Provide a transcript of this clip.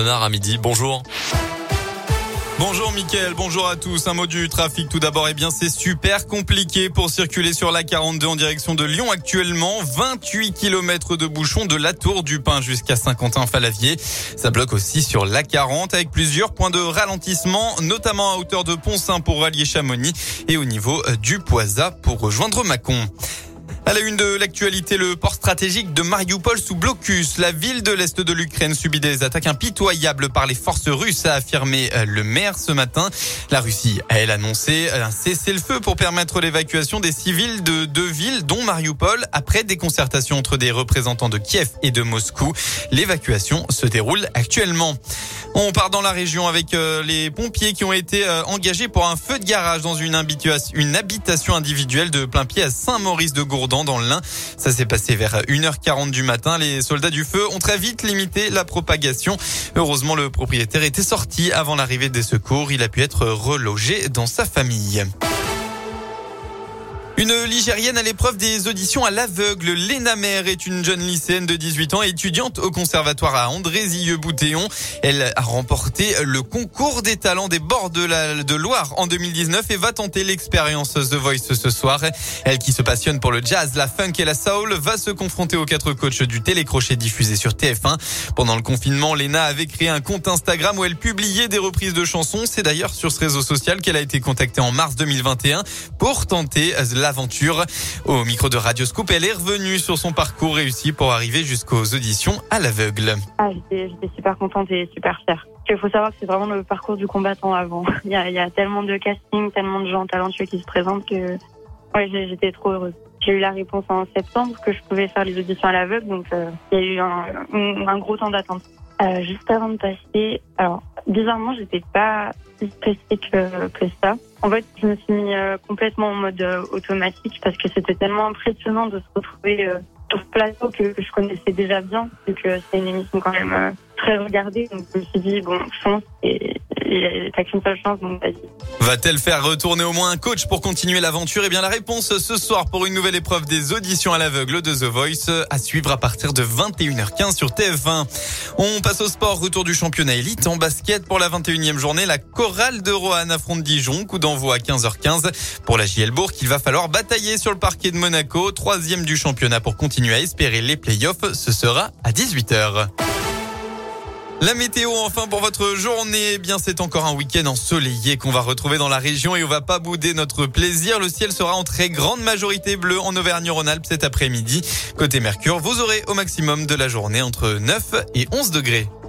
Renard à midi. Bonjour. Bonjour Mickaël, bonjour à tous. Un mot du trafic tout d'abord. C'est super compliqué pour circuler sur la 42 en direction de Lyon actuellement. 28 km de bouchons de la Tour du Pin jusqu'à Saint-Quentin-Falavier. Ça bloque aussi sur la 40 avec plusieurs points de ralentissement, notamment à hauteur de Pont-Saint pour rallier Chamonix et au niveau du Poisa pour rejoindre Mâcon. À la une de l'actualité, le port stratégique de Mariupol sous blocus. La ville de l'Est de l'Ukraine subit des attaques impitoyables par les forces russes, a affirmé le maire ce matin. La Russie a, elle, annoncé un cessez-le-feu pour permettre l'évacuation des civils de deux villes, dont Mariupol, après des concertations entre des représentants de Kiev et de Moscou. L'évacuation se déroule actuellement. On part dans la région avec les pompiers qui ont été engagés pour un feu de garage dans une habitation individuelle de Plain-Pied à Saint-Maurice-de-Gourdan dans l'Ain. Ça s'est passé vers 1h40 du matin. Les soldats du feu ont très vite limité la propagation. Heureusement, le propriétaire était sorti avant l'arrivée des secours. Il a pu être relogé dans sa famille. Une Ligérienne à l'épreuve des auditions à l'aveugle. Léna Mer est une jeune lycéenne de 18 ans et étudiante au conservatoire à Andrézieux-Boutéon. Elle a remporté le concours des talents des bords de Loire en 2019 et va tenter l'expérience The Voice ce soir. Elle qui se passionne pour le jazz, la funk et la soul va se confronter aux 4 coachs du télécrochet diffusé sur TF1. Pendant le confinement, Léna avait créé un compte Instagram où elle publiait des reprises de chansons. C'est d'ailleurs sur ce réseau social qu'elle a été contactée en mars 2021 pour tenter l'aventure. Au micro de Radio Scoop, elle est revenue sur son parcours réussi pour arriver jusqu'aux auditions à l'aveugle. J'étais super contente et super fière. Il faut savoir que c'est vraiment le parcours du combattant avant. Il y a tellement de castings, tellement de gens talentueux qui se présentent que j'étais trop heureuse. J'ai eu la réponse en septembre que je pouvais faire les auditions à l'aveugle, donc il y a eu un gros temps d'attente. Juste avant de passer, alors bizarrement j'étais pas si stressée que ça. En fait, je me suis mis complètement en mode automatique parce que c'était tellement impressionnant de se retrouver sur ce plateau que je connaissais déjà bien, vu que c'est une émission quand même très regardée. Donc je me suis dit fonce et t'as qu'une seule chance, donc vas-y. Va-t-elle faire retourner au moins un coach pour continuer l'aventure? Eh bien, la réponse ce soir pour une nouvelle épreuve des auditions à l'aveugle de The Voice à suivre à partir de 21h15 sur TF1. On passe au sport, retour du championnat élite en basket pour la 21e journée. La chorale de Roanne affronte Dijon, coup d'envoi à 15h15 pour la JL Bourg. Il va falloir batailler sur le parquet de Monaco, 3e du championnat pour continuer à espérer les playoffs. Ce sera à 18h. La météo enfin pour votre journée, eh bien c'est encore un week-end ensoleillé qu'on va retrouver dans la région et on va pas bouder notre plaisir. Le ciel sera en très grande majorité bleu en Auvergne-Rhône-Alpes cet après-midi. Côté Mercure, vous aurez au maximum de la journée entre 9 et 11 degrés.